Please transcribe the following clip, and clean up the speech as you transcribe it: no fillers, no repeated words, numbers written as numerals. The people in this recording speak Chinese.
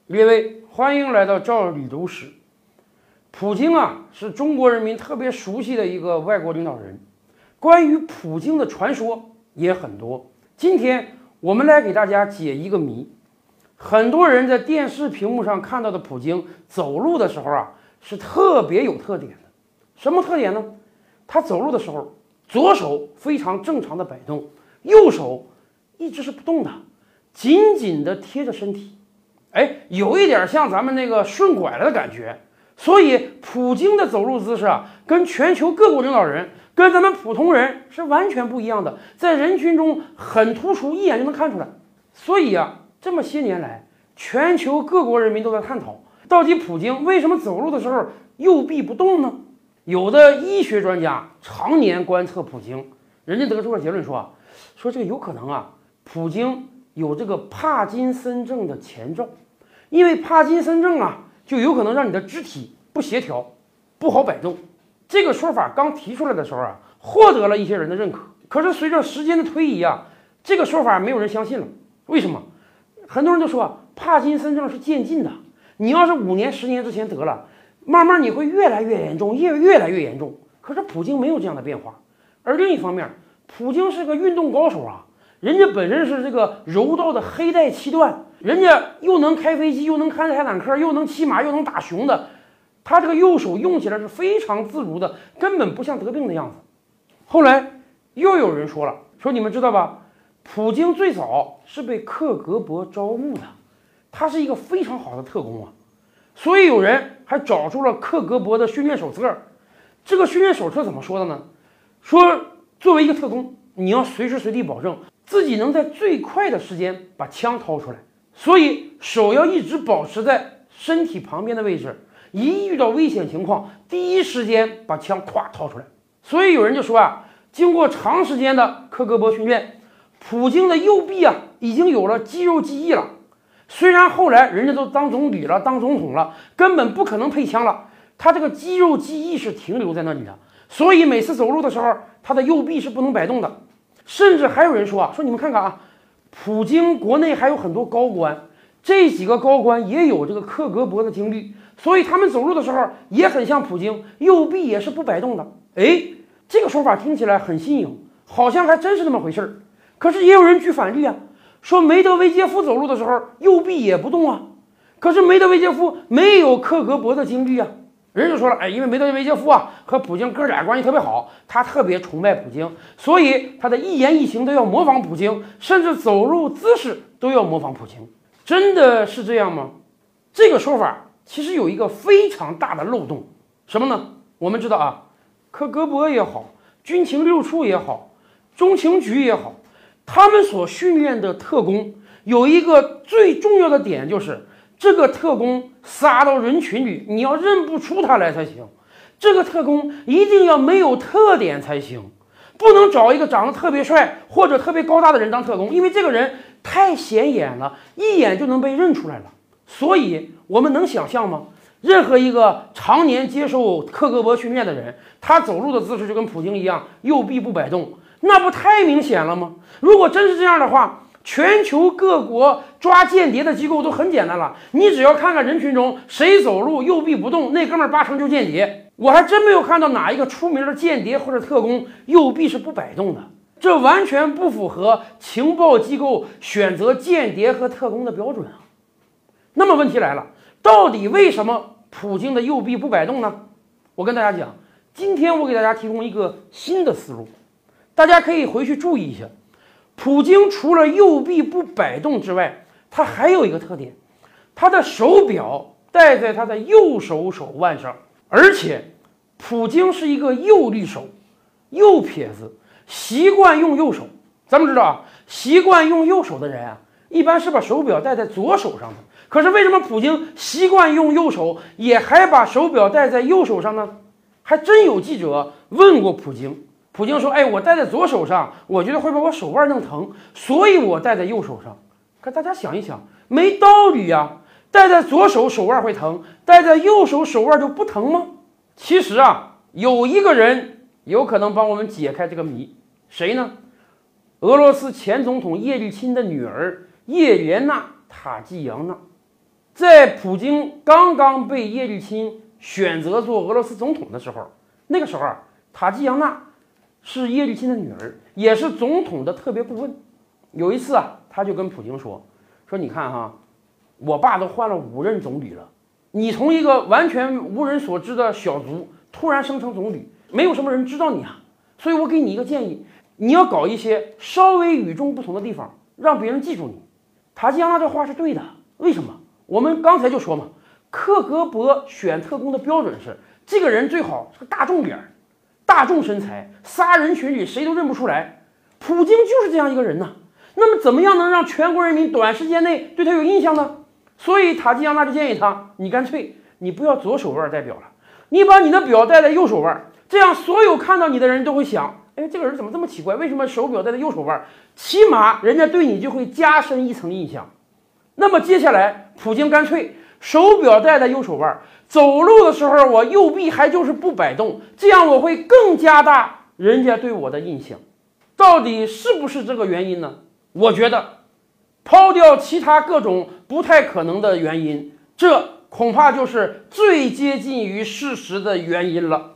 列位，欢迎来到赵李读史。普京啊，是中国人民特别熟悉的一个外国领导人。关于普京的传说也很多。今天我们来给大家解一个谜。很多人在电视屏幕上看到的普京走路的时候啊，是特别有特点的。什么特点呢？他走路的时候，左手非常正常的摆动，右手一直是不动的，紧紧的贴着身体。有一点像咱们那个顺拐了的感觉。所以普京的走路姿势啊，跟全球各国领导人、跟咱们普通人是完全不一样的，在人群中很突出，一眼就能看出来。所以啊，这么些年来，全球各国人民都在探讨，到底普京为什么走路的时候右臂不动呢？有的医学专家常年观测普京，人家得出了结论说这个有可能啊，普京有这个帕金森症的前兆。因为帕金森症啊，就有可能让你的肢体不协调，不好摆动。这个说法刚提出来的时候啊，获得了一些人的认可。可是随着时间的推移啊，这个说法没有人相信了。为什么？很多人都说帕金森症是渐进的，你要是5年、10年之前得了，慢慢你会越来越严重，越来越严重。可是普京没有这样的变化。而另一方面，普京是个运动高手啊，人家本身是这个柔道的黑带7段。人家又能开飞机，又能开坦克，又能骑马，又能打熊的，他这个右手用起来是非常自如的，根本不像得病的样子。后来又有人说了，说你们知道吧？普京最早是被克格勃招募的，他是一个非常好的特工啊，所以有人还找出了克格勃的训练手册。这个训练手册怎么说的呢？说作为一个特工，你要随时随地保证自己能在最快的时间把枪掏出来。所以手要一直保持在身体旁边的位置，一遇到危险情况，第一时间把枪咵掏出来。所以有人就说啊，经过长时间的克格勃训练，普京的右臂啊已经有了肌肉记忆了。虽然后来人家都当总理了，当总统了，根本不可能配枪了，他这个肌肉记忆是停留在那里的。所以每次走路的时候，他的右臂是不能摆动的。甚至还有人说你们看看啊，普京国内还有很多高官，这几个高官也有这个克格勃的经历，所以他们走路的时候也很像普京，右臂也是不摆动的。这个说法听起来很新颖，好像还真是那么回事儿。可是也有人举反例啊，说梅德韦杰夫走路的时候右臂也不动啊，可是梅德韦杰夫没有克格勃的经历啊。人就说了，因为梅德韦杰夫啊和普京哥俩关系特别好，他特别崇拜普京，所以他的一言一行都要模仿普京，甚至走路姿势都要模仿普京。真的是这样吗？这个说法其实有一个非常大的漏洞，什么呢？我们知道啊，克格勃也好，军情六处也好，中情局也好，他们所训练的特工有一个最重要的点，就是这个特工撒到人群里，你要认不出他来才行。这个特工一定要没有特点才行，不能找一个长得特别帅或者特别高大的人当特工，因为这个人太显眼了，一眼就能被认出来了。所以我们能想象吗？任何一个常年接受克格勃训练的人，他走路的姿势就跟普京一样，右臂不摆动，那不太明显了吗？如果真是这样的话，全球各国抓间谍的机构都很简单了，你只要看看人群中谁走路右臂不动，那哥们儿8成就间谍。我还真没有看到哪一个出名的间谍或者特工右臂是不摆动的，这完全不符合情报机构选择间谍和特工的标准啊。那么问题来了，到底为什么普京的右臂不摆动呢？我跟大家讲，今天我给大家提供一个新的思路，大家可以回去注意一下。普京除了右臂不摆动之外，他还有一个特点，他的手表戴在他的右手手腕上，而且普京是一个右利手，右撇子，习惯用右手。咱们知道啊，习惯用右手的人啊，一般是把手表戴在左手上的。可是为什么普京习惯用右手，也还把手表戴在右手上呢？还真有记者问过普京。普京说：“我戴在左手上，我觉得会把我手腕弄疼，所以我戴在右手上。”可大家想一想，没道理呀！戴在左手手腕会疼，戴在右手手腕就不疼吗？其实啊，有一个人有可能帮我们解开这个谜，谁呢？俄罗斯前总统叶利钦的女儿叶莲娜·塔季扬娜。 在普京刚刚被叶利钦选择做俄罗斯总统的时候，那个时候啊，塔吉扬娜是叶利钦的女儿，也是总统的特别顾问。有一次啊，他就跟普京说你看哈，我爸都换了5任总理了，你从一个完全无人所知的小卒突然升成总理，没有什么人知道你啊，所以我给你一个建议，你要搞一些稍微与众不同的地方，让别人记住你。塔吉扬娜这话是对的，为什么？我们刚才就说嘛，克格勃选特工的标准是，这个人最好是个大众脸、大众身材，仨人群里谁都认不出来。普京就是这样一个人呐。那么怎么样能让全国人民短时间内对他有印象呢？所以塔吉扬娜就建议他，你干脆你不要左手腕戴表了，你把你的表戴在右手腕，这样所有看到你的人都会想，哎，这个人怎么这么奇怪？为什么手表戴在右手腕？起码人家对你就会加深一层印象。那么接下来，普京干脆手表戴在右手腕，走路的时候我右臂还就是不摆动，这样我会更加大人家对我的印象。到底是不是这个原因呢？我觉得，抛掉其他各种不太可能的原因，这恐怕就是最接近于事实的原因了。